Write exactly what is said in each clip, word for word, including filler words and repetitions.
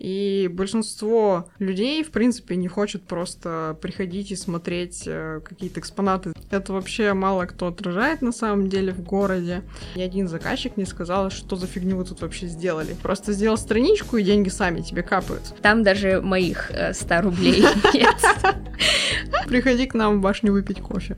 И большинство людей, в принципе, не хочет просто приходить и смотреть какие-то экспонаты. Это вообще мало кто отражает на самом деле в городе. Ни один заказчик не сказал, что за фигню вы тут вообще сделали. Просто сделал страничку, и деньги сами тебе капают. Там даже моих ста рублей нет. Приходи к нам в башню выпить кофе.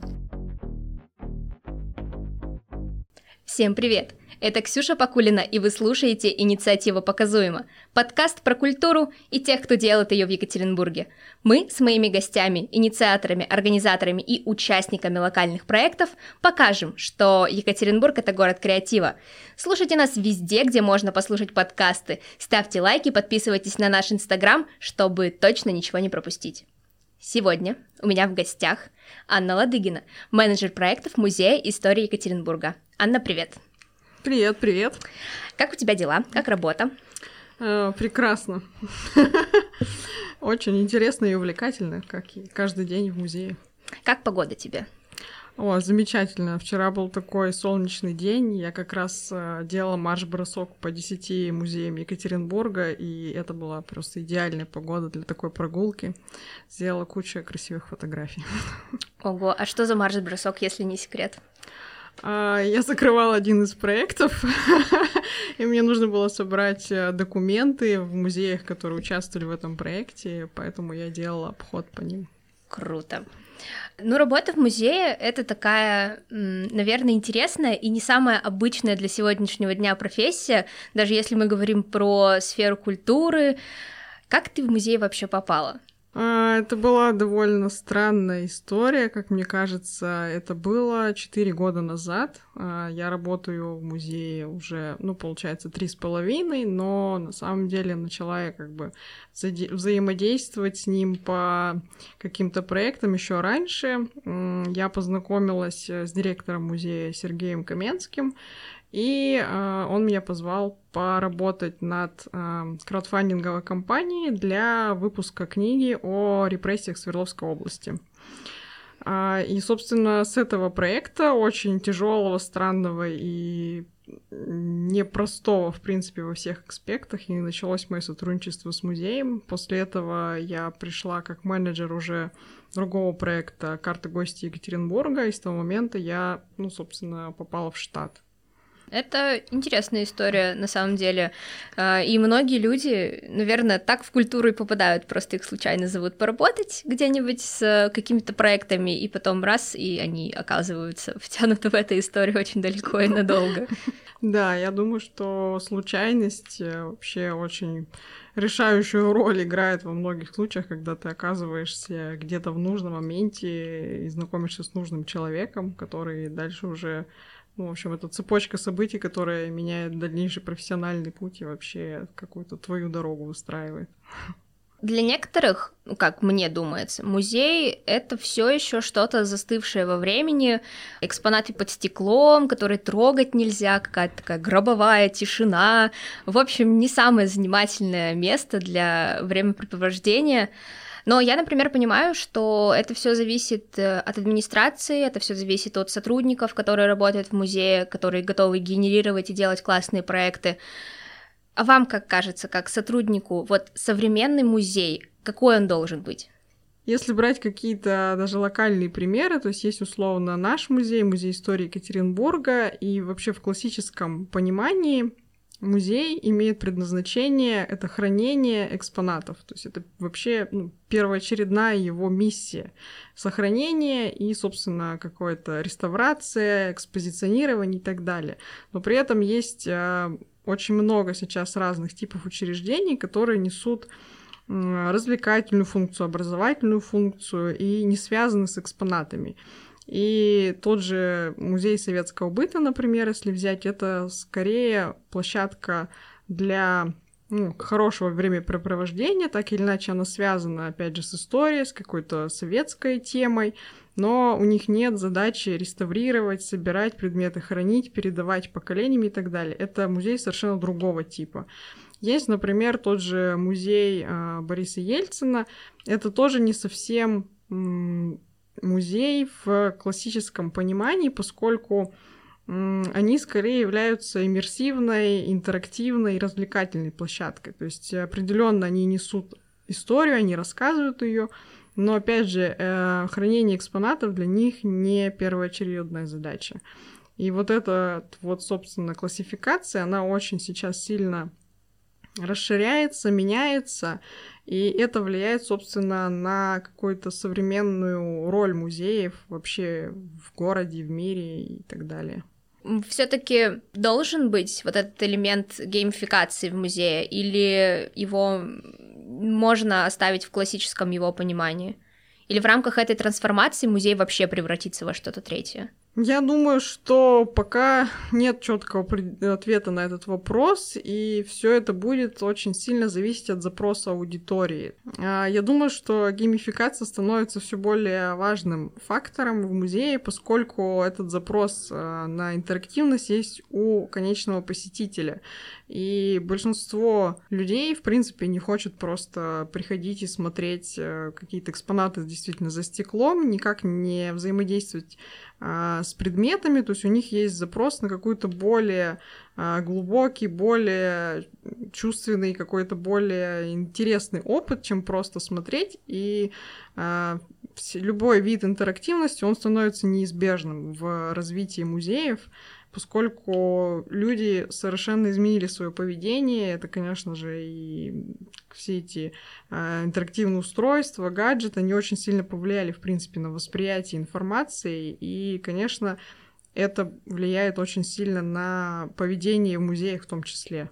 Всем привет! Это Ксюша Покулина, и вы слушаете «Инициатива показуема» — подкаст про культуру и тех, кто делает ее в Екатеринбурге. Мы с моими гостями, инициаторами, организаторами и участниками локальных проектов покажем, что Екатеринбург — это город креатива. Слушайте нас везде, где можно послушать подкасты. Ставьте лайки, подписывайтесь на наш Инстаграм, чтобы точно ничего не пропустить. Сегодня у меня в гостях Анна Ладыгина, менеджер проектов Музея истории Екатеринбурга. Анна, привет! Привет, привет. Как у тебя дела? Как работа? Э, прекрасно. Очень интересно и увлекательно, как и каждый день в музее. Как погода тебе? О, замечательно. Вчера был такой солнечный день. Я как раз э, делала марш-бросок по десяти музеям Екатеринбурга, и это была просто идеальная погода для такой прогулки. Сделала кучу красивых фотографий. Ого, а что за марш-бросок, если не секрет? Я закрывала один из проектов, и мне нужно было собрать документы в музеях, которые участвовали в этом проекте, поэтому я делала обход по ним. Круто. Ну, работа в музее — это такая, наверное, интересная и не самая обычная для сегодняшнего дня профессия, даже если мы говорим про сферу культуры. Как ты в музей вообще попала? Это была довольно странная история, как мне кажется. Это было четыре года назад. Я работаю в музее уже, ну, получается, три с половиной, но на самом деле начала я как бы вза- взаимодействовать с ним по каким-то проектам еще раньше. Я познакомилась с директором музея Сергеем Каменским, и э, он меня позвал поработать над э, краудфандинговой кампанией для выпуска книги о репрессиях Свердловской области. Э, и, собственно, с этого проекта, очень тяжелого, странного и непростого, в принципе, во всех аспектах, и началось мое сотрудничество с музеем. После этого я пришла как менеджер уже другого проекта «Карта гостей Екатеринбурга», и с того момента я, ну, собственно, попала в штат. Это интересная история, на самом деле, и многие люди, наверное, так в культуру и попадают, просто их случайно зовут поработать где-нибудь с какими-то проектами, и потом раз, и они оказываются втянуты в эту историю очень далеко и надолго. Да, я думаю, что случайность вообще очень решающую роль играет во многих случаях, когда ты оказываешься где-то в нужном моменте и знакомишься с нужным человеком, который дальше уже... Ну, в общем, это цепочка событий, которая меняет дальнейший профессиональный путь и вообще какую-то твою дорогу выстраивает. Для некоторых, ну, как мне думается, музей — это все еще что-то застывшее во времени, экспонаты под стеклом, которые трогать нельзя, какая-то такая гробовая тишина. В общем, не самое занимательное место для времяпрепровождения. Но я, например, понимаю, что это все зависит от администрации, это все зависит от сотрудников, которые работают в музее, которые готовы генерировать и делать классные проекты. А вам, как кажется, как сотруднику, вот современный музей, какой он должен быть? Если брать какие-то даже локальные примеры, то есть есть условно наш музей, музей истории Екатеринбурга, и вообще в классическом понимании музей имеет предназначение — это хранение экспонатов, то есть это вообще ну, первоочередная его миссия — сохранение и, собственно, какая-то реставрация, экспозиционирование и так далее. Но при этом есть э, очень много сейчас разных типов учреждений, которые несут э, развлекательную функцию, образовательную функцию и не связаны с экспонатами. И тот же музей советского быта, например, если взять, это скорее площадка для ну, хорошего времяпрепровождения, так или иначе она связана, опять же, с историей, с какой-то советской темой, но у них нет задачи реставрировать, собирать предметы, хранить, передавать поколениями и так далее. Это музей совершенно другого типа. Есть, например, тот же музей э, Бориса Ельцина. Это тоже не совсем м- музей в классическом понимании, поскольку они скорее являются иммерсивной, интерактивной, развлекательной площадкой. То есть определенно они несут историю, они рассказывают ее, но, опять же, хранение экспонатов для них не первоочередная задача. И вот эта вот, собственно, классификация, она очень сейчас сильно расширяется, меняется, и это влияет, собственно, на какую-то современную роль музеев вообще в городе, в мире и так далее. Все-таки должен быть вот этот элемент геймификации в музее, или его можно оставить в классическом его понимании? Или в рамках этой трансформации музей вообще превратится во что-то третье? Я думаю, что пока нет четкого ответа на этот вопрос, и все это будет очень сильно зависеть от запроса аудитории. Я думаю, что геймификация становится все более важным фактором в музее, поскольку этот запрос на интерактивность есть у конечного посетителя. И большинство людей, в принципе, не хочет просто приходить и смотреть какие-то экспонаты действительно за стеклом, никак не взаимодействовать с предметами, то есть у них есть запрос на какой-то более а, глубокий, более чувственный, какой-то более интересный опыт, чем просто смотреть, и а, все, любой вид интерактивности, он становится неизбежным в развитии музеев, поскольку люди совершенно изменили свое поведение. Это, конечно же, и все эти э, интерактивные устройства, гаджеты, они очень сильно повлияли, в принципе, на восприятие информации. И, конечно, это влияет очень сильно на поведение в музеях в том числе.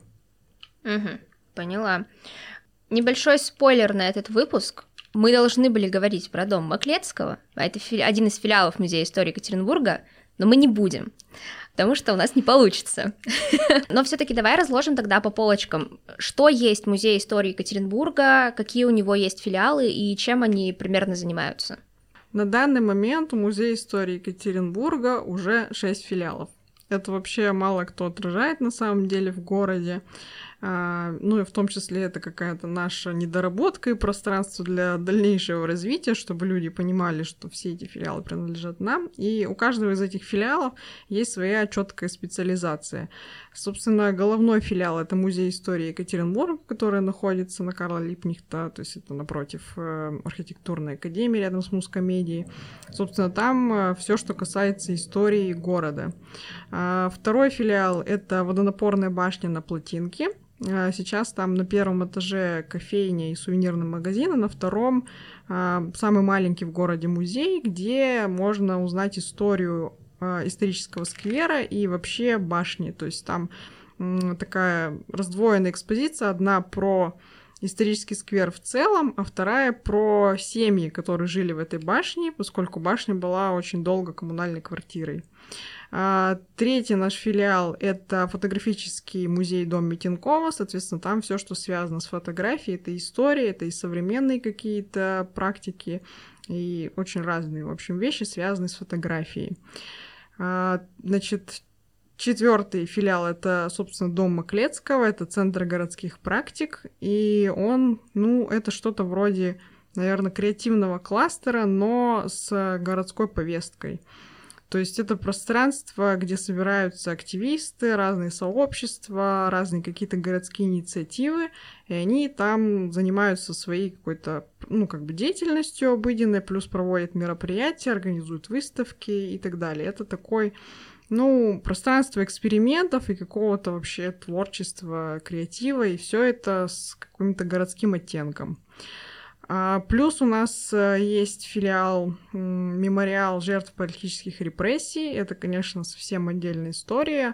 Угу, поняла. Небольшой спойлер на этот выпуск. Мы должны были говорить про дом Маклецкого, а это фили... один из филиалов Музея истории Екатеринбурга, но мы не будем, потому что у нас не получится. Но все-таки давай разложим тогда по полочкам, что есть Музей истории Екатеринбурга, какие у него есть филиалы и чем они примерно занимаются. На данный момент у Музея истории Екатеринбурга уже шесть филиалов. Это вообще мало кто отражает на самом деле в городе. А, ну и в том числе это какая-то наша недоработка и пространство для дальнейшего развития, чтобы люди понимали, что все эти филиалы принадлежат нам. И у каждого из этих филиалов есть своя четкая специализация. Собственно, головной филиал — это Музей истории Екатеринбурга, который находится на Карла Липкнехта, то есть это напротив архитектурной академии, рядом с Мускомедией. Собственно, там все, что касается истории города. А второй филиал — это водонапорная башня на Плотинке. Сейчас там на первом этаже кофейня и сувенирный магазин, а на втором самый маленький в городе музей, где можно узнать историю исторического сквера и вообще башни. То есть там такая раздвоенная экспозиция, одна про исторический сквер в целом, а вторая про семьи, которые жили в этой башне, поскольку башня была очень долго коммунальной квартирой. А, третий наш филиал — это фотографический музей Дом Митенкова, соответственно, там все, что связано с фотографией, это история, это и современные какие-то практики, и очень разные, в общем, вещи, связанные с фотографией. А, значит, четвертый филиал — это, собственно, Дом Маклецкого, это Центр городских практик, и он, ну, это что-то вроде, наверное, креативного кластера, но с городской повесткой. То есть это пространство, где собираются активисты, разные сообщества, разные какие-то городские инициативы, и они там занимаются своей какой-то, ну, как бы деятельностью обыденной, плюс проводят мероприятия, организуют выставки и так далее. Это такой, ну, пространство экспериментов и какого-то вообще творчества, креатива, и все это с каким-то городским оттенком. Плюс у нас есть филиал «Мемориал жертв политических репрессий». Это, конечно, совсем отдельная история.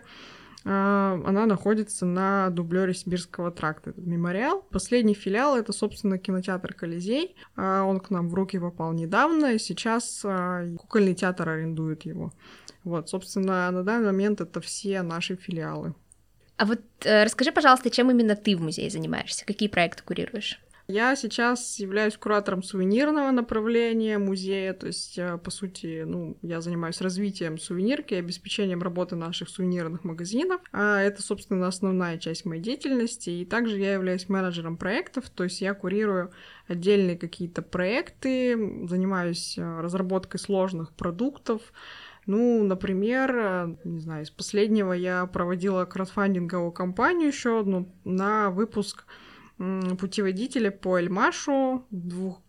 Она находится на дублёре Сибирского тракта, этот мемориал. Последний филиал — это, собственно, кинотеатр «Колизей». Он к нам в руки попал недавно, и сейчас кукольный театр арендует его. Вот, собственно, на данный момент это все наши филиалы. А вот э, расскажи, пожалуйста, чем именно ты в музее занимаешься? Какие проекты курируешь? Я сейчас являюсь куратором сувенирного направления музея, то есть, по сути, ну, я занимаюсь развитием сувенирки, обеспечением работы наших сувенирных магазинов. А это, собственно, основная часть моей деятельности. И также я являюсь менеджером проектов, то есть я курирую отдельные какие-то проекты, занимаюсь разработкой сложных продуктов, Ну, например, не знаю, из последнего я проводила краудфандинговую кампанию еще одну на выпуск путеводителя по Эльмашу, двух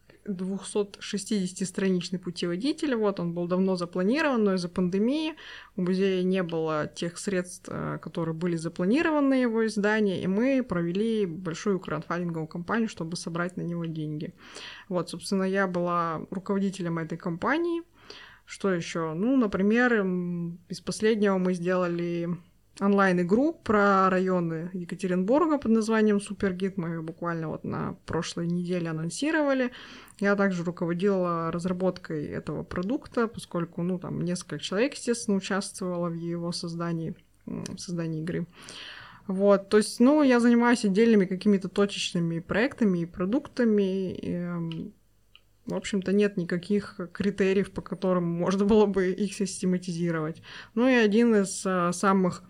двухсотшестидесятистраничный путеводитель. Вот он был давно запланирован, но из-за пандемии у музея не было тех средств, которые были запланированы на его издание, и мы провели большую краудфандинговую кампанию, чтобы собрать на него деньги. Вот, собственно, я была руководителем этой кампании. Что еще? Ну, например, из последнего мы сделали онлайн-игру про районы Екатеринбурга под названием «Супергид». Мы ее буквально вот на прошлой неделе анонсировали. Я также руководила разработкой этого продукта, поскольку, ну, там несколько человек, естественно, участвовало в его создании, в создании игры. Вот, то есть, ну, я занимаюсь отдельными какими-то точечными проектами и продуктами, и, в общем-то, нет никаких критериев, по которым можно было бы их систематизировать. Ну и один из а, самых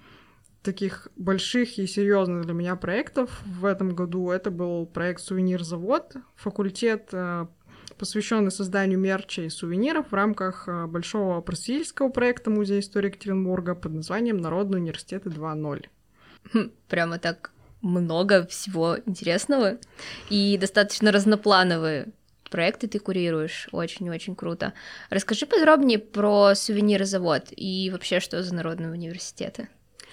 таких больших и серьезных для меня проектов в этом году это был проект «Сувенир-завод», факультет, а, посвященный созданию мерча и сувениров в рамках а, большого просветительского проекта Музея истории Екатеринбурга под названием «Народные университеты два ноль». Прямо так много всего интересного и достаточно разноплановые проекты ты курируешь. Очень-очень круто. Расскажи подробнее про сувенир-завод и вообще, что за народные университеты.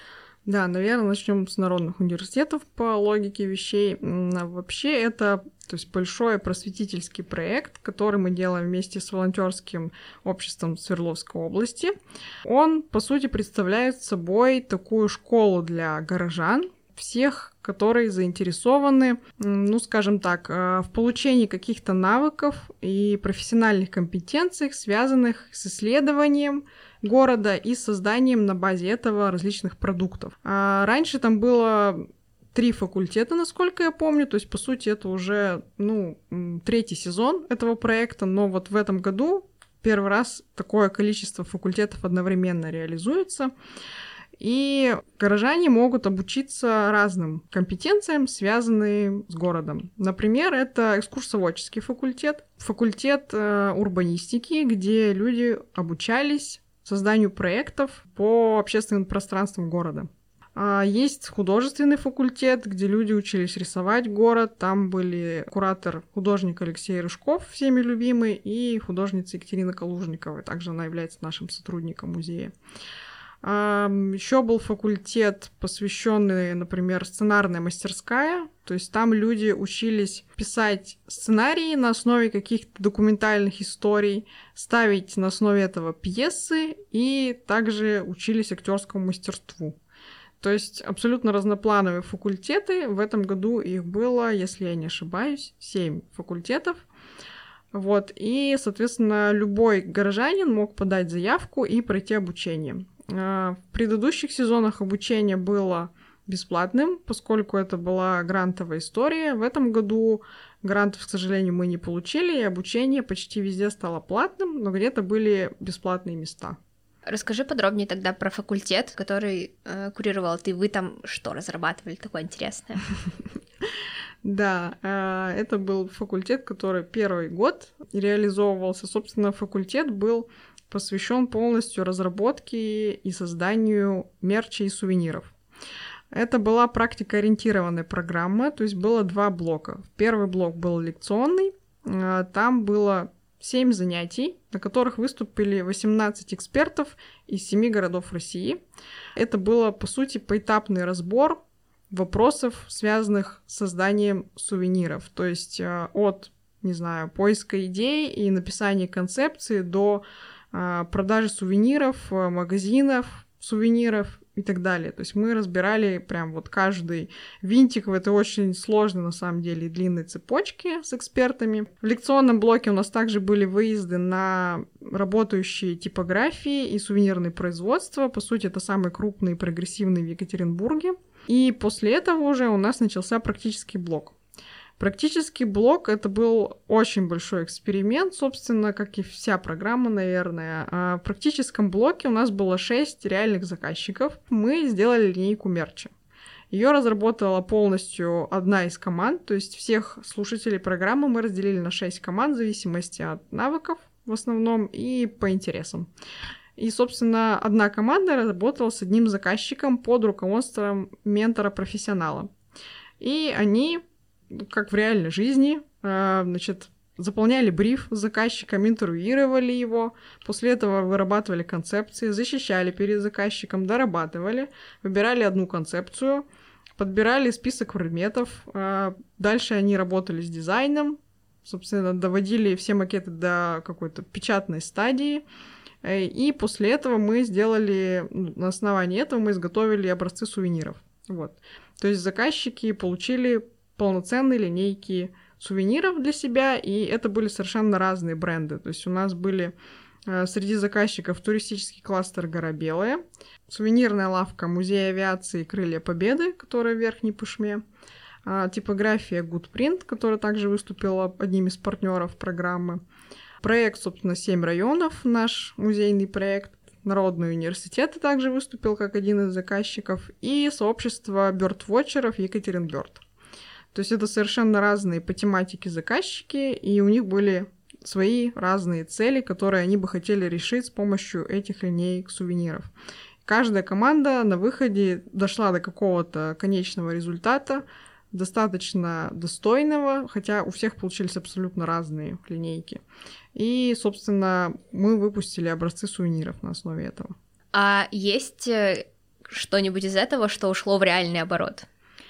Да, наверное, начнем с народных университетов по логике вещей. Вообще это, то есть, большой просветительский проект, который мы делаем вместе с волонтерским обществом Свердловской области. Он, по сути, представляет собой такую школу для горожан, всех, которые заинтересованы, ну, скажем так, в получении каких-то навыков и профессиональных компетенций, связанных с исследованием города и созданием на базе этого различных продуктов. А раньше там было три факультета, насколько я помню, то есть, по сути, это уже, ну, третий сезон этого проекта, но вот в этом году первый раз такое количество факультетов одновременно реализуется. И горожане могут обучиться разным компетенциям, связанным с городом. Например, это экскурсоводческий факультет, факультет э, урбанистики, где люди обучались созданию проектов по общественным пространствам города. А есть художественный факультет, где люди учились рисовать город. Там были куратор, художник Алексей Рыжков, всеми любимый, и художница Екатерина Калужникова. Также она является нашим сотрудником музея. Еще был факультет, посвященный, например, сценарная мастерская. То есть там люди учились писать сценарии на основе каких-то документальных историй, ставить на основе этого пьесы и также учились актерскому мастерству. То есть абсолютно разноплановые факультеты. В этом году их было, если я не ошибаюсь, семь факультетов. Вот. И, соответственно, любой горожанин мог подать заявку и пройти обучение. В предыдущих сезонах обучение было бесплатным, поскольку это была грантовая история. В этом году грантов, к сожалению, мы не получили, и обучение почти везде стало платным, но где-то были бесплатные места. Расскажи подробнее тогда про факультет, который э, курировал ты. Вы там что разрабатывали такое интересное? Да, это был факультет, который первый год реализовывался. Собственно, факультет был посвящен полностью разработке и созданию мерча и сувениров. Это была практикоориентированная программа, то есть было два блока. Первый блок был лекционный, там было семь занятий, на которых выступили восемнадцать экспертов из семи городов России. Это было, по сути, поэтапный разбор вопросов, связанных с созданием сувениров, то есть от, не знаю, поиска идей и написания концепции до продажи сувениров, магазинов, сувениров и так далее. То есть мы разбирали прям вот каждый винтик в этой очень сложной, на самом деле, длинной цепочке с экспертами. В лекционном блоке у нас также были выезды на работающие типографии и сувенирные производства. По сути, это самые крупные и прогрессивные в Екатеринбурге. И после этого уже у нас начался практический блок. Практический блок — это был очень большой эксперимент, собственно, как и вся программа, наверное. А в практическом блоке у нас было шесть реальных заказчиков. Мы сделали линейку мерча. Ее разработала полностью одна из команд, то есть всех слушателей программы мы разделили на шесть команд в зависимости от навыков в основном и по интересам. И, собственно, одна команда работала с одним заказчиком под руководством ментора-профессионала. И они, как в реальной жизни, значит, заполняли бриф с заказчиком, интервьюировали его, после этого вырабатывали концепции, защищали перед заказчиком, дорабатывали, выбирали одну концепцию, подбирали список предметов, дальше они работали с дизайном, собственно, доводили все макеты до какой-то печатной стадии, и после этого мы сделали, на основании этого мы изготовили образцы сувениров. Вот. То есть заказчики получили полноценные линейки сувениров для себя, и это были совершенно разные бренды. То есть у нас были э, среди заказчиков туристический кластер «Гора Белая», сувенирная лавка Музея авиации «Крылья Победы», которая в Верхней Пышме, э, типография Goodprint, которая также выступила одним из партнеров программы, проект, собственно, «Семь районов», наш музейный проект, Народный университет также выступил как один из заказчиков, и сообщество бёрдвотчеров Екатеринбёрд. То есть это совершенно разные по тематике заказчики, и у них были свои разные цели, которые они бы хотели решить с помощью этих линеек сувениров. Каждая команда на выходе дошла до какого-то конечного результата, достаточно достойного, хотя у всех получились абсолютно разные линейки. И, собственно, мы выпустили образцы сувениров на основе этого. А есть что-нибудь из этого, что ушло в реальный оборот?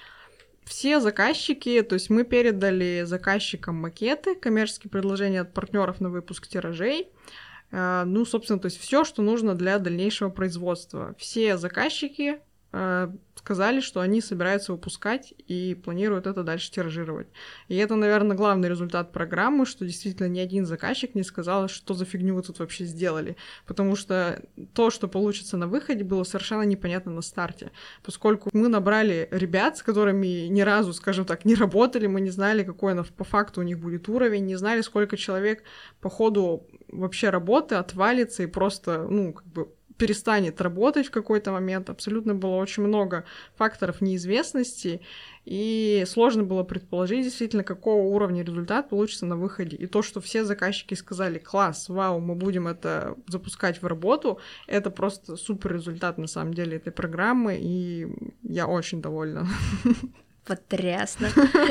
Все заказчики, то есть мы передали заказчикам макеты, коммерческие предложения от партнеров на выпуск тиражей. Ну, собственно, то есть все, что нужно для дальнейшего производства. Все заказчики сказали, что они собираются выпускать и планируют это дальше тиражировать. И это, наверное, главный результат программы, что действительно ни один заказчик не сказал, что за фигню вы тут вообще сделали. Потому что то, что получится на выходе, было совершенно непонятно на старте. Поскольку мы набрали ребят, с которыми ни разу, скажем так, не работали, мы не знали, какой по факту у них будет уровень, не знали, сколько человек по ходу вообще работы отвалится и просто, ну, как бы перестанет работать в какой-то момент. Абсолютно было очень много факторов неизвестности, и сложно было предположить действительно, какого уровня результат получится на выходе. И то, что все заказчики сказали: класс, вау, мы будем это запускать в работу, это просто супер результат на самом деле этой программы, и я очень довольна. Потрясно.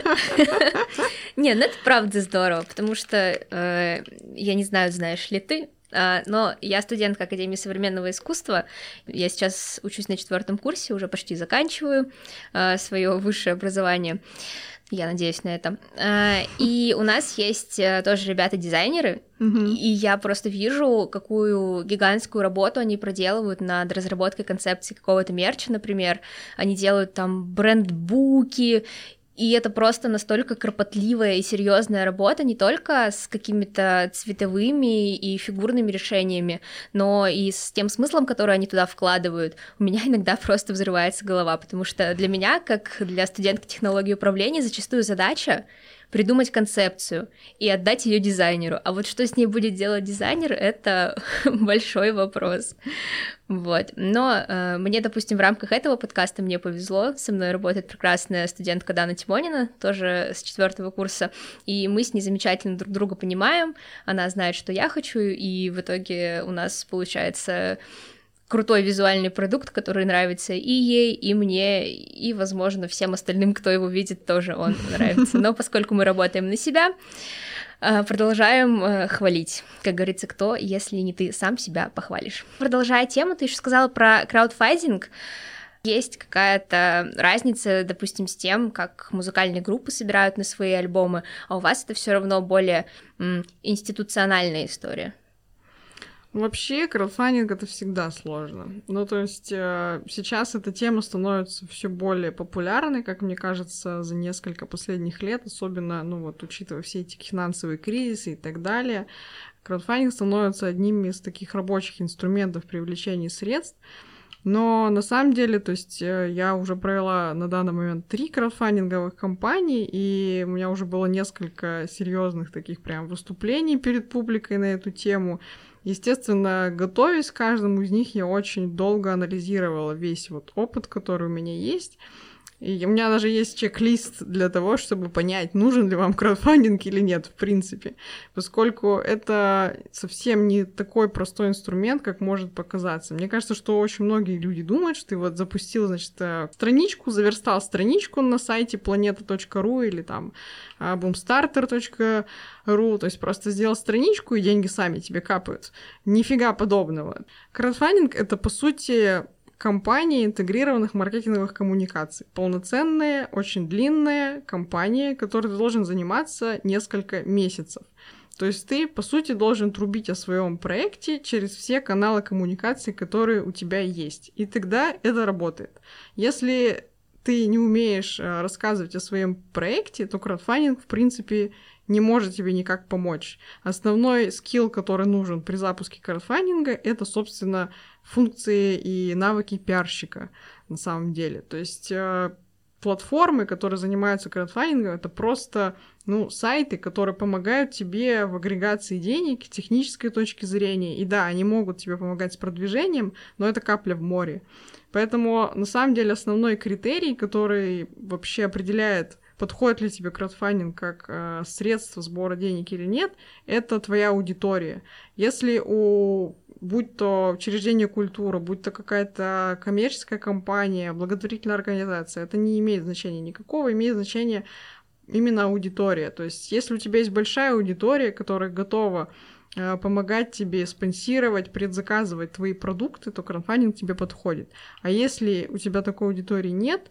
Не, ну это правда здорово, потому что, я не знаю, знаешь ли ты, но я студентка Академии современного искусства, я сейчас учусь на четвертом курсе, уже почти заканчиваю свое высшее образование, я надеюсь на это. И у нас есть тоже ребята-дизайнеры, mm-hmm. и я просто вижу, какую гигантскую работу они проделывают над разработкой концепции какого-то мерча, например. Они делают там брендбуки, и это просто настолько кропотливая и серьезная работа, не только с какими-то цветовыми и фигурными решениями, но и с тем смыслом, который они туда вкладывают. У меня иногда просто взрывается голова, потому что для меня, как для студентки технологии управления, зачастую задача придумать концепцию и отдать ее дизайнеру. А вот что с ней будет делать дизайнер, это большой вопрос. Вот. Но э, мне, допустим, в рамках этого подкаста мне повезло. Со мной работает прекрасная студентка Дана Тимонина, тоже с четвертого курса, и мы с ней замечательно друг друга понимаем. Она знает, что я хочу, и в итоге у нас получается крутой визуальный продукт, который нравится и ей, и мне, и, возможно, всем остальным, кто его видит, тоже он нравится. Но поскольку мы работаем на себя, продолжаем хвалить. Как говорится, кто, если не ты сам себя похвалишь. Продолжая тему, ты еще сказала про краудфандинг. Есть какая-то разница, допустим, с тем, как музыкальные группы собирают на свои альбомы, а у вас это все равно более м, институциональная история? Вообще, краудфандинг — это всегда сложно. Ну, то есть э, сейчас эта тема становится все более популярной, как мне кажется, за несколько последних лет, особенно, ну вот, учитывая все эти финансовые кризисы и так далее. Краудфандинг становится одним из таких рабочих инструментов привлечения средств. Но на самом деле, то есть э, я уже провела на данный момент три краудфандинговых кампании, и у меня уже было несколько серьезных таких прям выступлений перед публикой на эту тему. Естественно, готовясь к каждому из них, я очень долго анализировала весь вот опыт, который у меня есть, И у меня даже есть чек-лист для того, чтобы понять, нужен ли вам краудфандинг или нет, в принципе, поскольку это совсем не такой простой инструмент, как может показаться. Мне кажется, что очень многие люди думают, что ты вот запустил, значит, страничку, заверстал страничку на сайте планета точка ру или там бумстартер точка ру, то есть просто сделал страничку, и деньги сами тебе капают. Нифига подобного. Краудфандинг — это, по сути, компании интегрированных маркетинговых коммуникаций. Полноценные, очень длинные компании, которой ты должен заниматься несколько месяцев. То есть ты, по сути, должен трубить о своем проекте через все каналы коммуникации, которые у тебя есть. И тогда это работает. Если ты не умеешь рассказывать о своем проекте, то краудфандинг, в принципе, не может тебе никак помочь. Основной скилл, который нужен при запуске краудфандинга, это, собственно, функции и навыки пиарщика на самом деле. То есть э, платформы, которые занимаются краудфандингом, это просто ну, сайты, которые помогают тебе в агрегации денег с технической точки зрения. И да, они могут тебе помогать с продвижением, но это капля в море. Поэтому, на самом деле, основной критерий, который вообще определяет, подходит ли тебе краудфандинг как э, средство сбора денег или нет, это твоя аудитория. Если у, будь то учреждение культуры, будь то какая-то коммерческая компания, благотворительная организация, это не имеет значения никакого, имеет значение именно аудитория. То есть если у тебя есть большая аудитория, которая готова э, помогать тебе спонсировать, предзаказывать твои продукты, то краудфандинг тебе подходит. А если у тебя такой аудитории нет,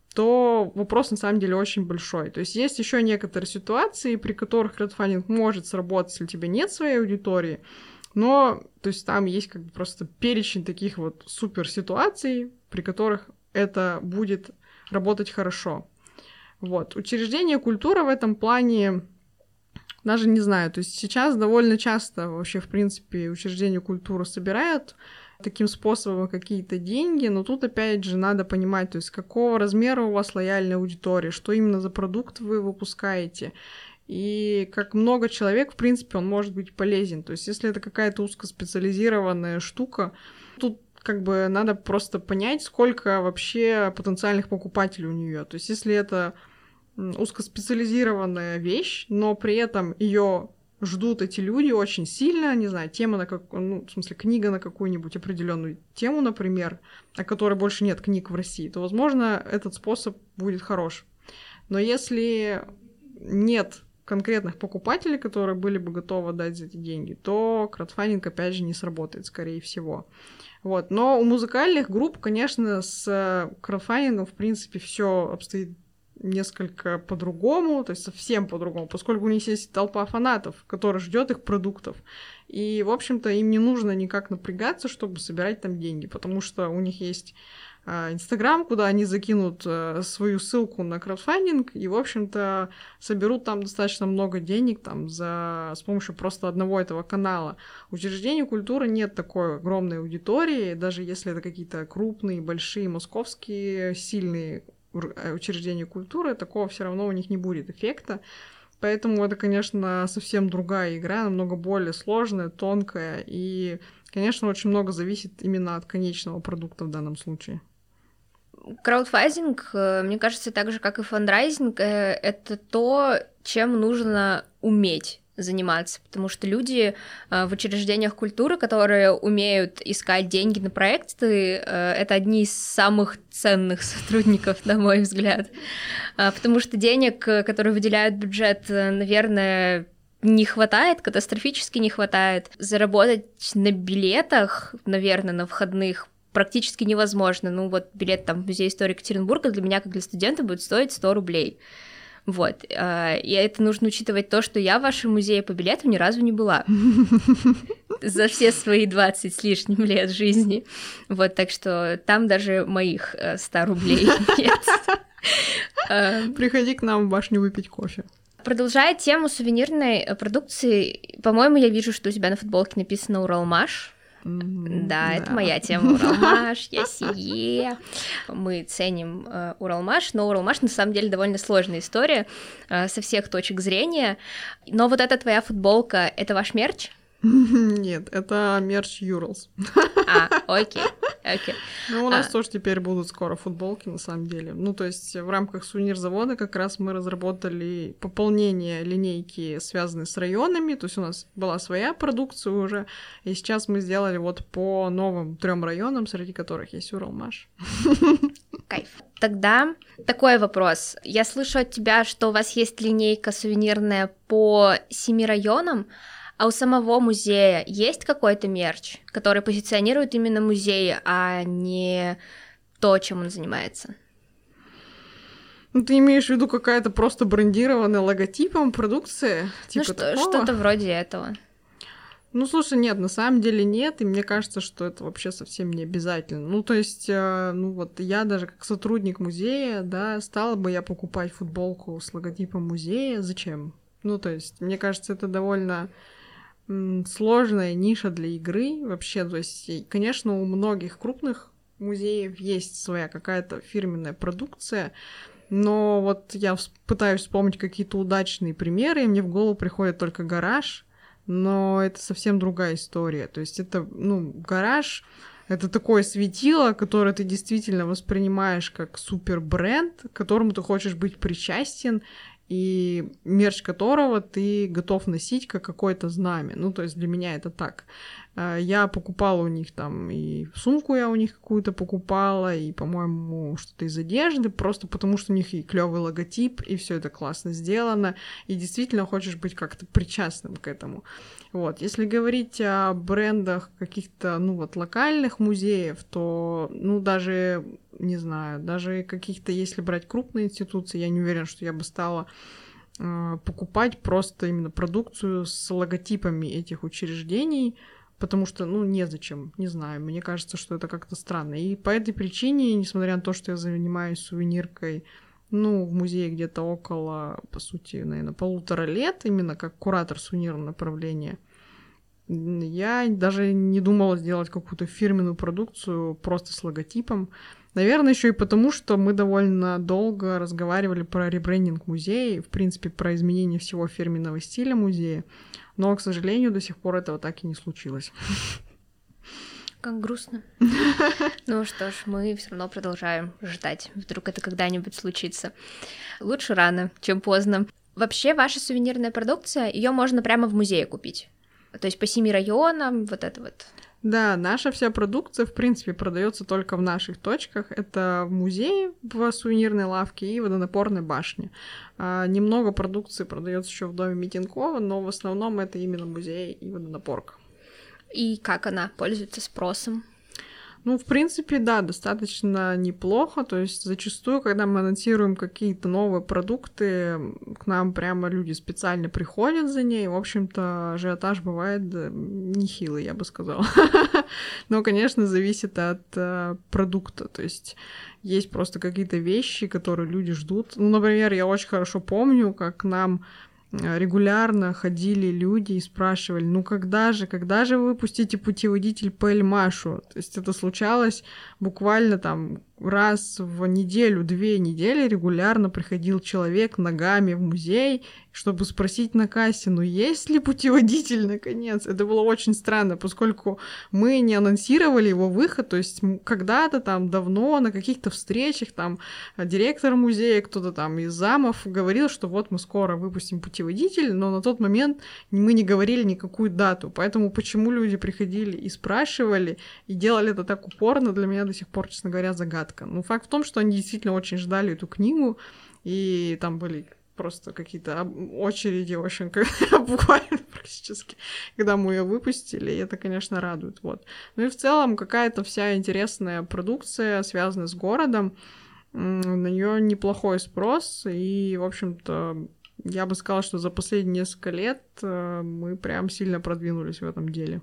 то вопрос на самом деле очень большой. То есть есть еще некоторые ситуации, при которых краудфандинг может сработать, если у тебя нет своей аудитории, но то есть там есть как бы просто перечень таких вот супер ситуаций, при которых это будет работать хорошо. Вот. Учреждение культуры в этом плане даже не знаю. То есть сейчас довольно часто вообще, в принципе, учреждения культуры собирают таким способом какие-то деньги, но тут опять же надо понимать, то есть какого размера у вас лояльная аудитория, что именно за продукт вы выпускаете, и как много человек, в принципе, он может быть полезен. То есть если это какая-то узкоспециализированная штука, тут как бы надо просто понять, сколько вообще потенциальных покупателей у нее. То есть если это узкоспециализированная вещь, но при этом ее ждут эти люди очень сильно, не знаю, тема на как, ну, в смысле, книга на какую-нибудь определенную тему, например, о которой больше нет книг в России, то, возможно, этот способ будет хорош. Но если нет конкретных покупателей, которые были бы готовы дать за эти деньги, то краудфандинг, опять же, не сработает, скорее всего. Вот. Но у музыкальных групп, конечно, с краудфандингом, в принципе, все обстоит несколько по-другому, то есть совсем по-другому, поскольку у них есть толпа фанатов, которая ждет их продуктов. И, в общем-то, им не нужно никак напрягаться, чтобы собирать там деньги, потому что у них есть Инстаграм, куда они закинут э, свою ссылку на краудфандинг и, в общем-то, соберут там достаточно много денег там, за... с помощью просто одного этого канала. У учреждений культуры нет такой огромной аудитории, даже если это какие-то крупные, большие, московские, сильные учреждения культуры, такого все равно у них не будет эффекта. Поэтому это, конечно, совсем другая игра, намного более сложная, тонкая, и, конечно, очень много зависит именно от конечного продукта в данном случае. Краудфандинг, мне кажется, так же, как и фандрайзинг, это то, чем нужно уметь заниматься, потому что люди в учреждениях культуры, которые умеют искать деньги на проекты, это одни из самых ценных сотрудников, на мой взгляд, потому что денег, которые выделяют бюджет, наверное, не хватает, катастрофически не хватает. Заработать на билетах, наверное, на входных практически невозможно. Ну вот билет там в Музей истории Екатеринбурга для меня, как для студента, будет стоить сто рублей. Вот, и это нужно учитывать то, что я в вашем музее по билетам ни разу не была за все свои двадцать с лишним лет жизни. Вот, так что там даже моих ста рублей нет. Приходи к нам в башню выпить кофе. Продолжая тему сувенирной продукции, по-моему, я вижу, что у тебя на футболке написано «Уралмаш». Mm-hmm, да, да, это моя тема, Уралмаш, я сие. Мы ценим э, Уралмаш, но Уралмаш на самом деле довольно сложная история э, со всех точек зрения. Но вот эта твоя футболка, это ваш мерч? Нет, это мерч Юрлс. А, окей, Okay. Ну, у нас а... тоже теперь будут скоро футболки, на самом деле. Ну, то есть в рамках сувенир-завода как раз мы разработали пополнение линейки, связанной с районами. То есть у нас была своя продукция уже, и сейчас мы сделали вот по новым трем районам, среди которых есть Уралмаш. Кайф. Тогда такой вопрос. Я слышу от тебя, что у вас есть линейка сувенирная по семи районам, а у самого музея есть какой-то мерч, который позиционирует именно музей, а не то, чем он занимается? Ну, ты имеешь в виду какая-то просто брендированная логотипом продукция? Типа ну, что, такого? Что-то вроде этого. Ну, слушай, нет, на самом деле нет, и мне кажется, что это вообще совсем не обязательно. Ну, то есть, э, ну вот я даже как сотрудник музея, да, стала бы я покупать футболку с логотипом музея, зачем? Ну, то есть, мне кажется, это довольно м, сложная ниша для игры вообще. То есть, и, конечно, у многих крупных музеев есть своя какая-то фирменная продукция, но вот я вс- пытаюсь вспомнить какие-то удачные примеры, и мне в голову приходит только «Гараж», но это совсем другая история. То есть это, ну, «Гараж» — это такое светило, которое ты действительно воспринимаешь как супер-бренд, к которому ты хочешь быть причастен, и мерч которого ты готов носить как какое-то знамя. Ну, то есть для меня это так. Я покупала у них там, и сумку я у них какую-то покупала, и, по-моему, что-то из одежды, просто потому что у них и клёвый логотип, и все это классно сделано, и действительно хочешь быть как-то причастным к этому. Вот. Если говорить о брендах каких-то, ну вот, локальных музеев, то, ну, даже, не знаю, даже каких-то, если брать крупные институции, я не уверена, что я бы стала э, покупать просто именно продукцию с логотипами этих учреждений, потому что, ну, незачем, не знаю, мне кажется, что это как-то странно. И по этой причине, несмотря на то, что я занимаюсь сувениркой, ну, в музее где-то около, по сути, наверное, полутора лет, именно как куратор сувенирного направления, я даже не думала сделать какую-то фирменную продукцию просто с логотипом. Наверное, еще и потому, что мы довольно долго разговаривали про ребрендинг музея, в принципе, про изменение всего фирменного стиля музея, но, к сожалению, до сих пор этого так и не случилось. Как грустно. Ну что ж, мы все равно продолжаем ждать. Вдруг это когда-нибудь случится. Лучше рано, чем поздно. Вообще, ваша сувенирная продукция, ее можно прямо в музее купить. То есть по семи районам, вот это вот. Да, наша вся продукция, в принципе, продается только в наших точках. Это в музее, в сувенирной лавке и водонапорной башне. А, немного продукции продается еще в доме Митинкова, но в основном это именно музей и водонапорка. И как она пользуется спросом? Ну, в принципе, да, достаточно неплохо. То есть зачастую, когда мы анонсируем какие-то новые продукты, к нам прямо люди специально приходят за ней. В общем-то, ажиотаж бывает нехилый, я бы сказала. Но, конечно, зависит от продукта. То есть есть просто какие-то вещи, которые люди ждут. Ну, например, я очень хорошо помню, как к нам регулярно ходили люди и спрашивали, ну когда же, когда же вы выпустите путеводитель по Эльмашу? То есть это случалось буквально там раз в неделю, две недели регулярно приходил человек ногами в музей, чтобы спросить на кассе, ну есть ли путеводитель, наконец? Это было очень странно, поскольку мы не анонсировали его выход, то есть когда-то там давно на каких-то встречах там директор музея, кто-то там из замов говорил, что вот мы скоро выпустим путеводитель, но на тот момент мы не говорили никакую дату, поэтому почему люди приходили и спрашивали, и делали это так упорно, для меня до сих пор, честно говоря, загадка. Ну, факт в том, что они действительно очень ждали эту книгу, и там были просто какие-то очереди, в общем, буквально практически, когда мы ее выпустили, и это, конечно, радует, вот. Ну и в целом какая-то вся интересная продукция, связанная с городом, на нее неплохой спрос, и, в общем-то, я бы сказала, что за последние несколько лет мы прям сильно продвинулись в этом деле.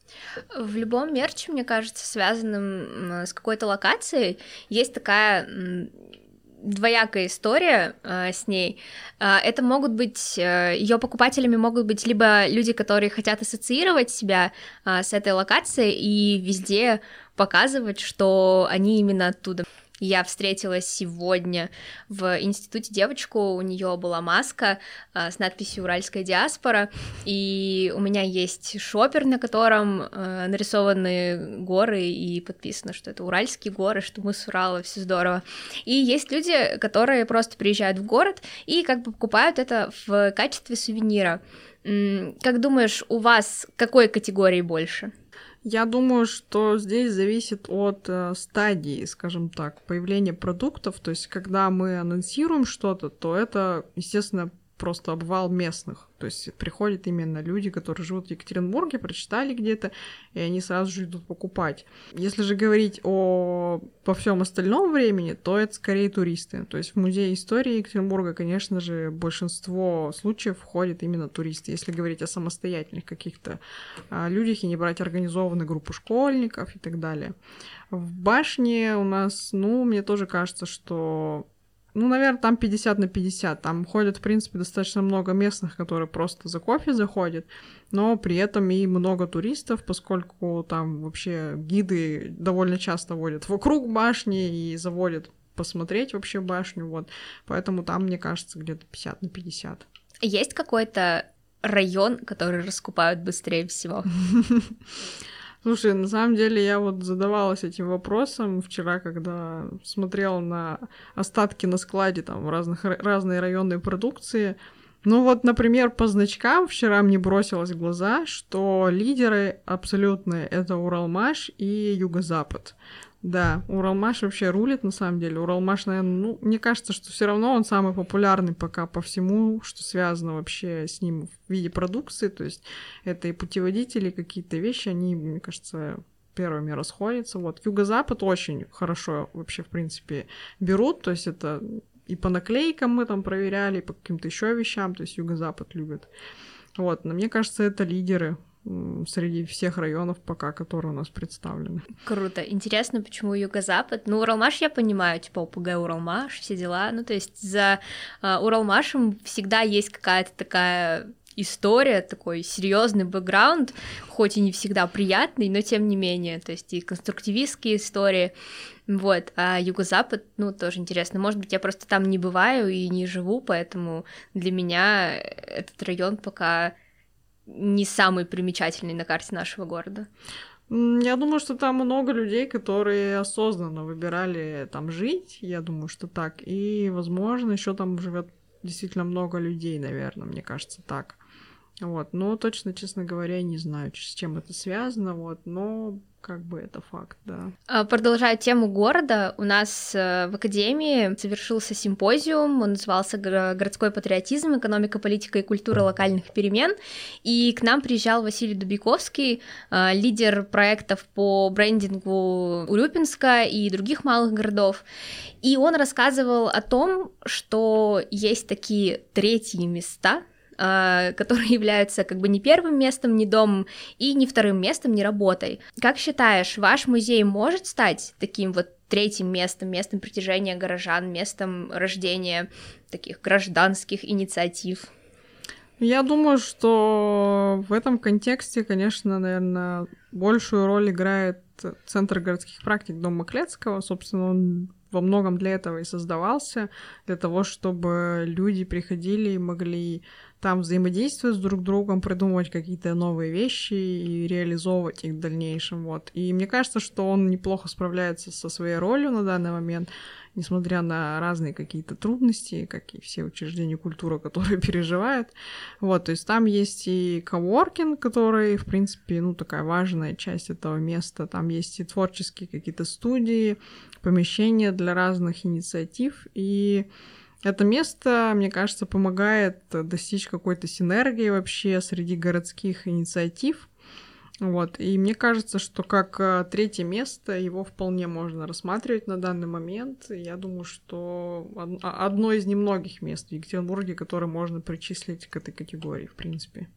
В любом мерче, мне кажется, связанном с какой-то локацией, есть такая двоякая история э, с ней. Э, это могут быть, э, ее покупателями могут быть либо люди, которые хотят ассоциировать себя э, с этой локацией и везде показывать, что они именно оттуда. Я встретила сегодня в институте девочку, у нее была маска а, с надписью «Уральская диаспора», и у меня есть шопер, на котором а, нарисованы горы, и подписано, что это уральские горы, что мы с Урала, все здорово. И есть люди, которые просто приезжают в город и как бы покупают это в качестве сувенира. Как думаешь, у вас какой категории больше? Я думаю, что здесь зависит от э, стадии, скажем так, появления продуктов. То есть, когда мы анонсируем что-то, то это, естественно, просто обвал местных. То есть приходят именно люди, которые живут в Екатеринбурге, прочитали где-то, и они сразу же идут покупать. Если же говорить о по всем остальном времени, то это скорее туристы. То есть в музей истории Екатеринбурга, конечно же, большинство случаев входят именно туристы. Если говорить о самостоятельных каких-то а, людях и не брать организованные группы школьников и так далее. В башне у нас, ну, мне тоже кажется, что ну, наверное, там пятьдесят на пятьдесят. Там ходят, в принципе, достаточно много местных, которые просто за кофе заходят, но при этом и много туристов, поскольку там вообще гиды довольно часто водят вокруг башни и заводят посмотреть вообще башню, вот. Поэтому там, мне кажется, где-то пятьдесят на пятьдесят. Есть какой-то район, который раскупают быстрее всего? Слушай, на самом деле я вот задавалась этим вопросом вчера, когда смотрела на остатки на складе там разных, разной районной продукции. Ну вот, например, по значкам вчера мне бросилось в глаза, что лидеры абсолютные — это Уралмаш и Юго-Запад. Да, Уралмаш вообще рулит, на самом деле. Уралмаш, наверное, ну, мне кажется, что все равно он самый популярный пока по всему, что связано вообще с ним в виде продукции. То есть это и путеводители, какие-то вещи, они, мне кажется, первыми расходятся. Вот Юго-Запад очень хорошо вообще, в принципе, берут. То есть это и по наклейкам мы там проверяли, и по каким-то еще вещам. То есть Юго-Запад любит. Вот, но мне кажется, это лидеры среди всех районов пока, которые у нас представлены. Круто. Интересно, почему Юго-Запад? Ну, Уралмаш я понимаю, типа ОПГ Уралмаш, все дела. Ну, то есть за uh, Уралмашем всегда есть какая-то такая история, такой серьезный бэкграунд, хоть и не всегда приятный, но тем не менее, то есть и конструктивистские истории. Вот, а Юго-Запад, ну, тоже интересно. Может быть, я просто там не бываю и не живу, поэтому для меня этот район пока не самый примечательный на карте нашего города. Я думаю, что там много людей, которые осознанно выбирали там жить. Я думаю, что так. И, возможно, еще там живет действительно много людей, наверное, мне кажется, так. Вот. Но точно, честно говоря, не знаю, с чем это связано, вот, но как бы это факт, да. Продолжая тему города, у нас в Академии совершился симпозиум, он назывался «Городской патриотизм, экономика, политика и культура локальных перемен», и к нам приезжал Василий Дубиковский, лидер проектов по брендингу Урюпинска и других малых городов, и он рассказывал о том, что есть такие третьи места, которые являются как бы не первым местом, не домом, и не вторым местом, не работой. Как считаешь, ваш музей может стать таким вот третьим местом, местом притяжения горожан, местом рождения таких гражданских инициатив? Я думаю, что в этом контексте, конечно, наверное, большую роль играет Центр городских практик Дом Маклецкого. Собственно, он во многом для этого и создавался, для того, чтобы люди приходили и могли там взаимодействовать с друг другом, придумывать какие-то новые вещи и реализовывать их в дальнейшем. Вот. И мне кажется, что он неплохо справляется со своей ролью на данный момент, несмотря на разные какие-то трудности, как и все учреждения культуры, которые переживают. Вот, то есть там есть и коворкинг, который, в принципе, ну, такая важная часть этого места. Там есть и творческие какие-то студии, помещения для разных инициатив. И это место, мне кажется, помогает достичь какой-то синергии вообще среди городских инициатив. Вот. И мне кажется, что как третье место его вполне можно рассматривать на данный момент. Я думаю, что одно из немногих мест в Екатеринбурге, которое можно причислить к этой категории, в принципе.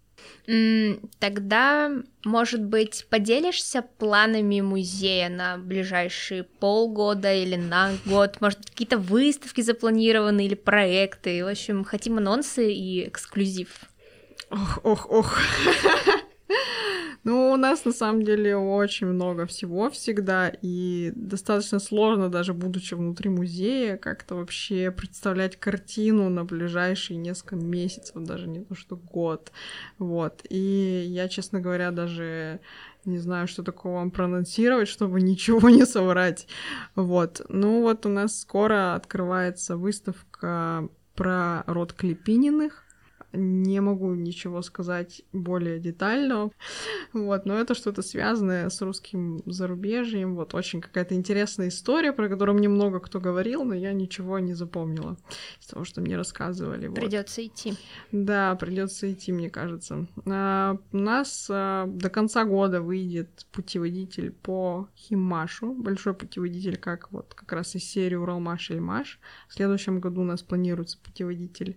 Тогда, может быть, поделишься планами музея на ближайшие полгода или на год? Может, какие-то выставки запланированы или проекты? В общем, хотим анонсы и эксклюзив. Ох, ох, ох. Ну, у нас на самом деле очень много всего всегда, и достаточно сложно, даже будучи внутри музея, как-то вообще представлять картину на ближайшие несколько месяцев, даже не то что год. Вот. И я, честно говоря, даже не знаю, что такого вам проанонсировать, чтобы ничего не соврать. Вот. Ну вот у нас скоро открывается выставка про род Клепининых. Не могу ничего сказать более детально, вот, но это что-то связанное с русским зарубежьем, вот, очень какая-то интересная история, про которую мне много кто говорил, но я ничего не запомнила из того, что мне рассказывали. Придется вот. идти. Да, придется идти, мне кажется. А, у нас а, до конца года выйдет путеводитель по Химмашу, большой путеводитель, как вот как раз из серии Уралмаш Ильмаш. В следующем году у нас планируется путеводитель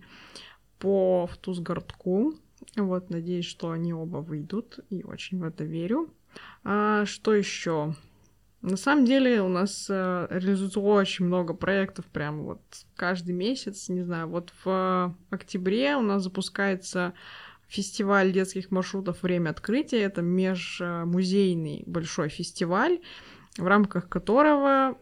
по Втузгородку. Вот, надеюсь, что они оба выйдут, и очень в это верю. А что еще? На самом деле у нас а, реализуется очень много проектов, прям вот каждый месяц, не знаю, вот в октябре у нас запускается фестиваль детских маршрутов «Время открытия». Это межмузейный большой фестиваль, в рамках которого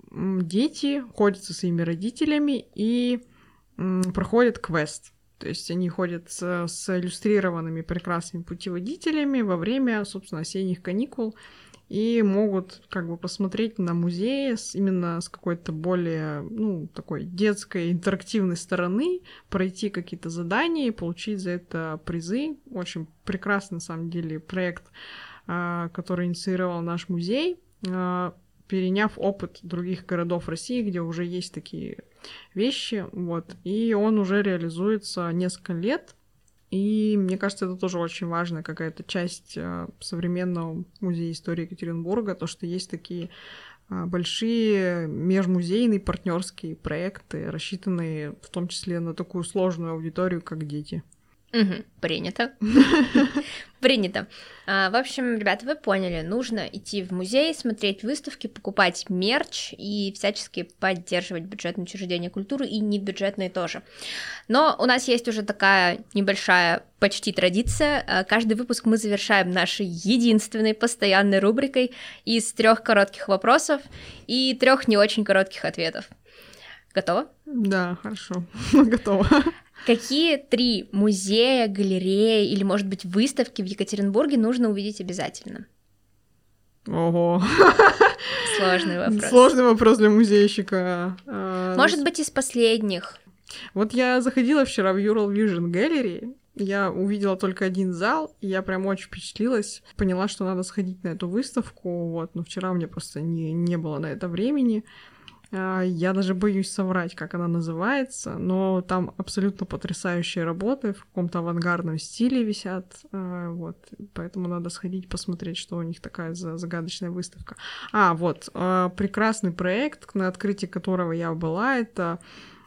дети ходят со своими родителями и м, проходят квест. То есть они ходят с, с иллюстрированными прекрасными путеводителями во время, собственно, осенних каникул и могут как бы посмотреть на музей с, именно с какой-то более, ну, такой детской интерактивной стороны, пройти какие-то задания и получить за это призы. Очень прекрасный, на самом деле, проект, который инициировал наш музей, переняв опыт других городов России, где уже есть такие вещи, вот, и он уже реализуется несколько лет, и мне кажется, это тоже очень важная какая-то часть э, современного музея истории Екатеринбурга, то, что есть такие э, большие межмузейные партнерские проекты, рассчитанные в том числе на такую сложную аудиторию, как дети. Угу, принято. Принято. А, в общем, ребята, вы поняли, нужно идти в музей, смотреть выставки, покупать мерч и всячески поддерживать бюджетные учреждения культуры и небюджетные тоже. Но у нас есть уже такая небольшая почти традиция. Каждый выпуск мы завершаем нашей единственной постоянной рубрикой из трех коротких вопросов и трех не очень коротких ответов. Готово? Да, хорошо. Готово. Какие три музея, галереи или, может быть, выставки в Екатеринбурге нужно увидеть обязательно? Ого. Сложный вопрос. Сложный вопрос для музейщика. Может быть, из последних. Вот я заходила вчера в Ural Vision Gallery, я увидела только один зал, и я прям очень впечатлилась, поняла, что надо сходить на эту выставку, вот, но вчера у меня просто не, не было на это времени. Я даже боюсь соврать, как она называется, но там абсолютно потрясающие работы в каком-то авангардном стиле висят, вот, поэтому надо сходить посмотреть, что у них такая за загадочная выставка. А, вот, прекрасный проект, на открытии которого я была, это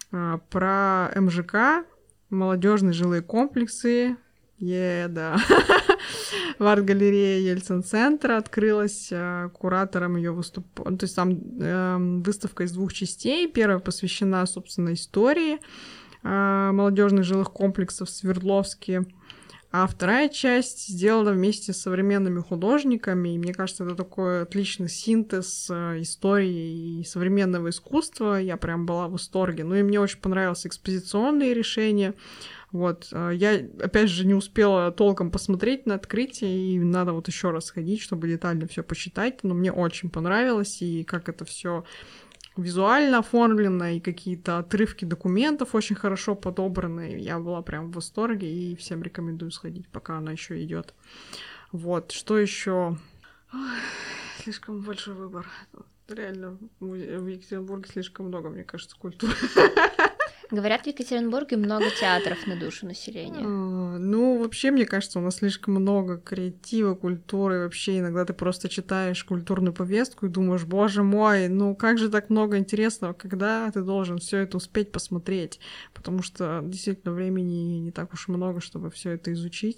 про эм жэ ка, молодежные жилые комплексы, е, yeah, да. В арт-галерее Ельцин-центра открылась, куратором ее выступ... То есть там э, выставка из двух частей. Первая посвящена, собственно, истории э, молодежных жилых комплексов в Свердловске, а вторая часть сделана вместе с современными художниками, и мне кажется, это такой отличный синтез истории и современного искусства. Я прям была в восторге. Ну и мне очень понравились экспозиционные решения. Вот, я, опять же, не успела толком посмотреть на открытие, и надо вот еще раз сходить, чтобы детально все посчитать, но мне очень понравилось, и как это все визуально оформлено, и какие-то отрывки документов очень хорошо подобраны. Я была прям в восторге, и всем рекомендую сходить, пока она еще идет. Вот, что еще? Слишком большой выбор. Реально, в Екатеринбурге слишком много, мне кажется, культуры. Говорят, в Екатеринбурге много театров на душу населения. А, ну, вообще, мне кажется, у нас слишком много креатива, культуры. Вообще, иногда ты просто читаешь культурную повестку и думаешь, боже мой, ну как же так много интересного, когда ты должен все это успеть посмотреть? Потому что действительно времени не так уж много, чтобы все это изучить.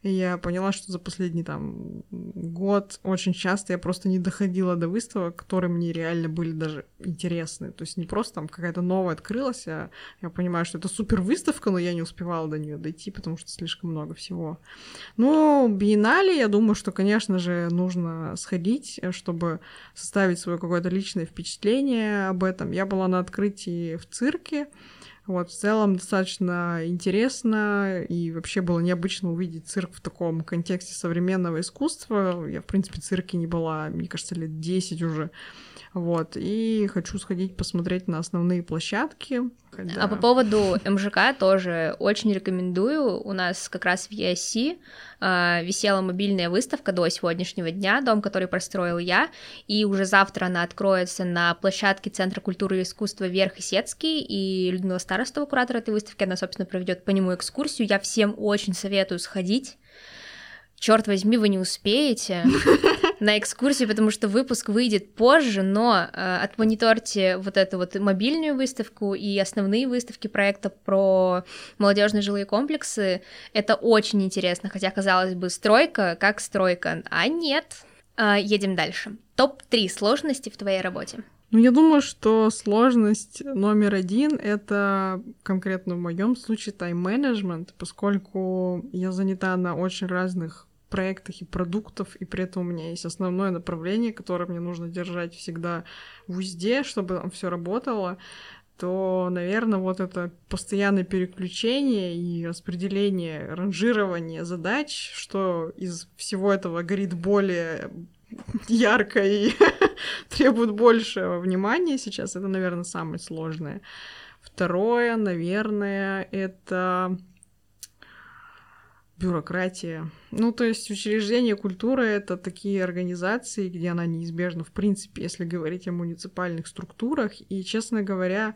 И я поняла, что за последний там год очень часто я просто не доходила до выставок, которые мне реально были даже интересны. То есть не просто там какая-то новая открылась, а я понимаю, что это супер выставка, но я не успевала до нее дойти, потому что слишком много всего. Ну, биеннале, я думаю, что, конечно же, нужно сходить, чтобы составить свое какое-то личное впечатление об этом. Я была на открытии в цирке. Вот, в целом достаточно интересно, и вообще было необычно увидеть цирк в таком контексте современного искусства. Я, в принципе, в цирке не была, мне кажется, лет десять уже. Вот, и хочу сходить посмотреть на основные площадки. А по поводу эм жэ ка тоже очень рекомендую. У нас как раз в и эс си э, висела мобильная выставка до сегодняшнего дня, дом, который простроил я, и уже завтра она откроется на площадке Центра культуры и искусства Верх Исетский, и Людмила Старостова, куратор этой выставки, она, собственно, проведет по нему экскурсию. Я всем очень советую сходить. Черт возьми, вы не успеете на экскурсию, потому что выпуск выйдет позже, но э, отмониторьте вот эту вот мобильную выставку и основные выставки проекта про молодежные жилые комплексы. Это очень интересно, хотя, казалось бы, стройка как стройка, а нет. Э, едем дальше. топ три сложности в твоей работе. Ну, я думаю, что сложность номер один — это конкретно в моем случае тайм-менеджмент, поскольку я занята на очень разных проектах и продуктов, и при этом у меня есть основное направление, которое мне нужно держать всегда в узде, чтобы там все работало, то, наверное, вот это постоянное переключение и распределение, ранжирование задач, что из всего этого горит более ярко и требует большего внимания сейчас, это, наверное, самое сложное. Второе, наверное, это бюрократия. Ну, то есть учреждение культуры — это такие организации, где она неизбежна, в принципе, если говорить о муниципальных структурах. И, честно говоря,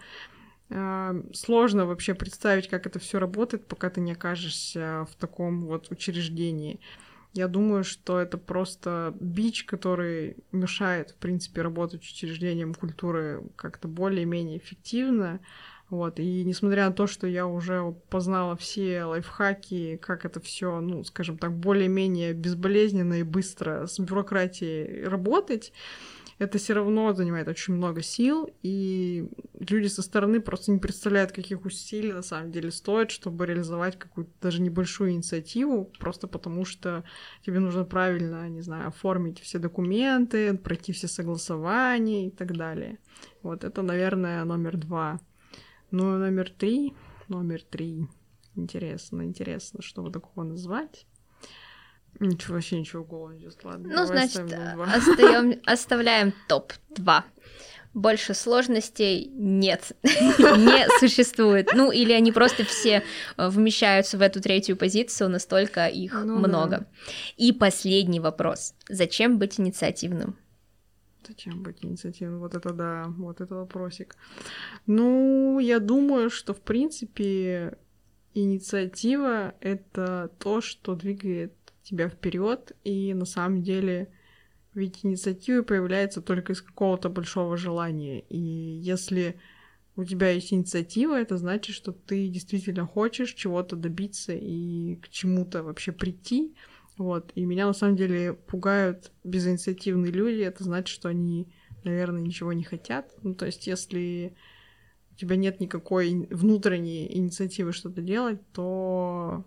сложно вообще представить, как это все работает, пока ты не окажешься в таком вот учреждении. Я думаю, что это просто бич, который мешает, в принципе, работать учреждением культуры как-то более-менее эффективно. Вот. И несмотря на то, что я уже познала все лайфхаки, как это все, ну, скажем так, более-менее безболезненно и быстро с бюрократией работать, это все равно занимает очень много сил, и люди со стороны просто не представляют, каких усилий на самом деле стоит, чтобы реализовать какую-то даже небольшую инициативу, просто потому что тебе нужно правильно, не знаю, оформить все документы, пройти все согласования и так далее. Вот это, наверное, номер два. Ну, номер три, номер три. Интересно, интересно, что вот такого назвать. Ничего, вообще ничего в голову не идет. Ладно, ну, значит, остаем, оставляем топ два. Больше сложностей нет, не существует. Ну, или они просто все вмещаются в эту третью позицию, настолько их ну, много. Да. И последний вопрос. Зачем быть инициативным? Зачем быть инициативным? Вот это да, вот это вопросик. Ну, я думаю, что, в принципе, инициатива — это то, что двигает тебя вперед, и на самом деле ведь инициатива появляется только из какого-то большого желания. И если у тебя есть инициатива, это значит, что ты действительно хочешь чего-то добиться и к чему-то вообще прийти. Вот. И меня на самом деле пугают безинициативные люди. Это значит, что они, наверное, ничего не хотят. Ну, то есть, если у тебя нет никакой внутренней инициативы что-то делать, то,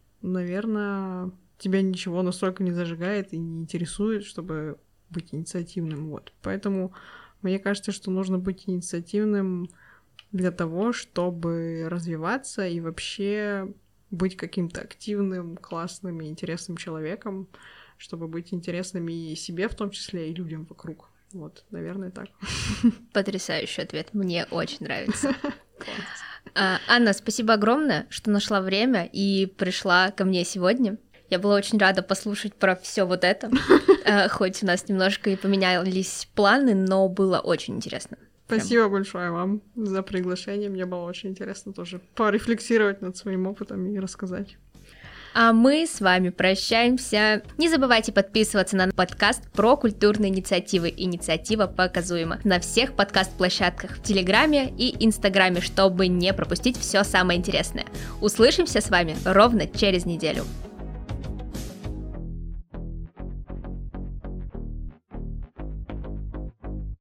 наверное, тебя ничего настолько не зажигает и не интересует, чтобы быть инициативным. Вот. Поэтому мне кажется, что нужно быть инициативным для того, чтобы развиваться и вообще быть каким-то активным, классным и интересным человеком, чтобы быть интересным и себе в том числе, и людям вокруг. Вот, наверное, так. Потрясающий ответ. Мне очень нравится. Анна, спасибо огромное, что нашла время и пришла ко мне сегодня. Я была очень рада послушать про все вот это, хоть у нас немножко и поменялись планы, но было очень интересно. Спасибо Прям. большое вам за приглашение. Мне было очень интересно тоже порефлексировать над своим опытом и рассказать. А мы с вами прощаемся. Не забывайте подписываться на подкаст про культурные инициативы «Инициатива показуема» на всех подкаст-площадках в Телеграме и Инстаграме, чтобы не пропустить все самое интересное. Услышимся с вами ровно через неделю.